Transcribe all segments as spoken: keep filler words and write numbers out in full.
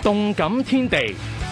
動感天地。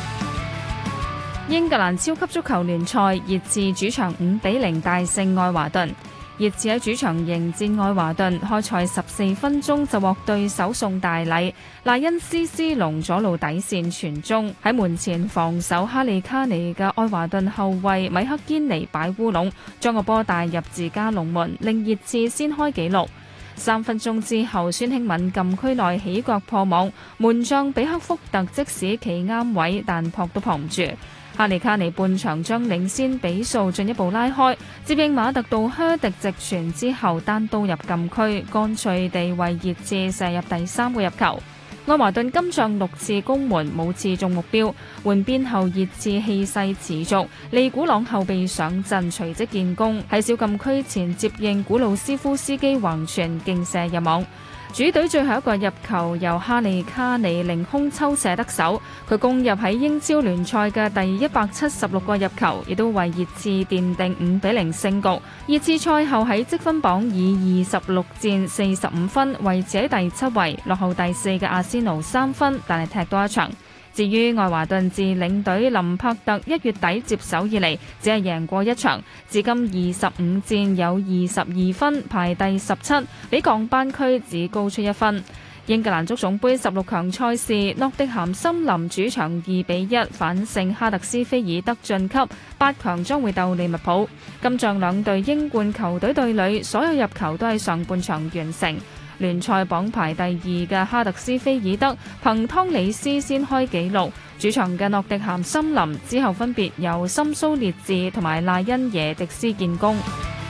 英格蘭超級足球聯賽，熱刺主場五比零大勝愛華頓。熱刺喺主場迎戰愛華頓，開賽十四分鐘就獲對手送大禮，賴恩斯斯隆左路底線傳中，喺門前防守哈利卡尼嘅愛華頓後衛米克堅尼擺烏龍，將個波帶入自家龍門，令熱刺先開紀錄。三分鐘之後，孫興敏禁區內起腳破網，門將比克福特即使企啱位，但撲都撲唔住。哈利卡尼半場將領先比數進一步拉開，接應馬特杜靴迪直傳之後單刀入禁區，乾脆地為熱刺射入第三個入球。愛華頓今仗六次攻門冇刺中目標，換邊後熱刺氣勢持續，利古朗後備上陣隨即建功，喺小禁區前接應古魯斯夫斯基橫傳勁射入網。主隊最後一個入球由哈利卡尼凌空抽射得手，佢攻入喺英超聯賽嘅第一百七十六個入球，亦都為熱刺奠定五比零勝局。熱刺賽後喺積分榜以二十六戰四十五分維持喺第七位，落後第四嘅阿仙奴三分，但係踢多一場。至於愛華頓自領隊林柏特一月底接手以嚟，只係贏過一場，至今二十五戰有二十二分，排第十七，比降班區只高出一分。英格蘭足總杯十六強賽事，諾迪咸森林主場二比一反勝哈特斯菲爾德晉級，八強將會鬥利物浦。今仗兩隊英冠球隊對壘，所有入球都喺上半場完成。聯賽榜排第二嘅哈特斯菲爾德憑湯里斯先開紀錄，主場嘅諾迪咸森林之後分別由森蘇列治同埋賴恩耶迪斯建功。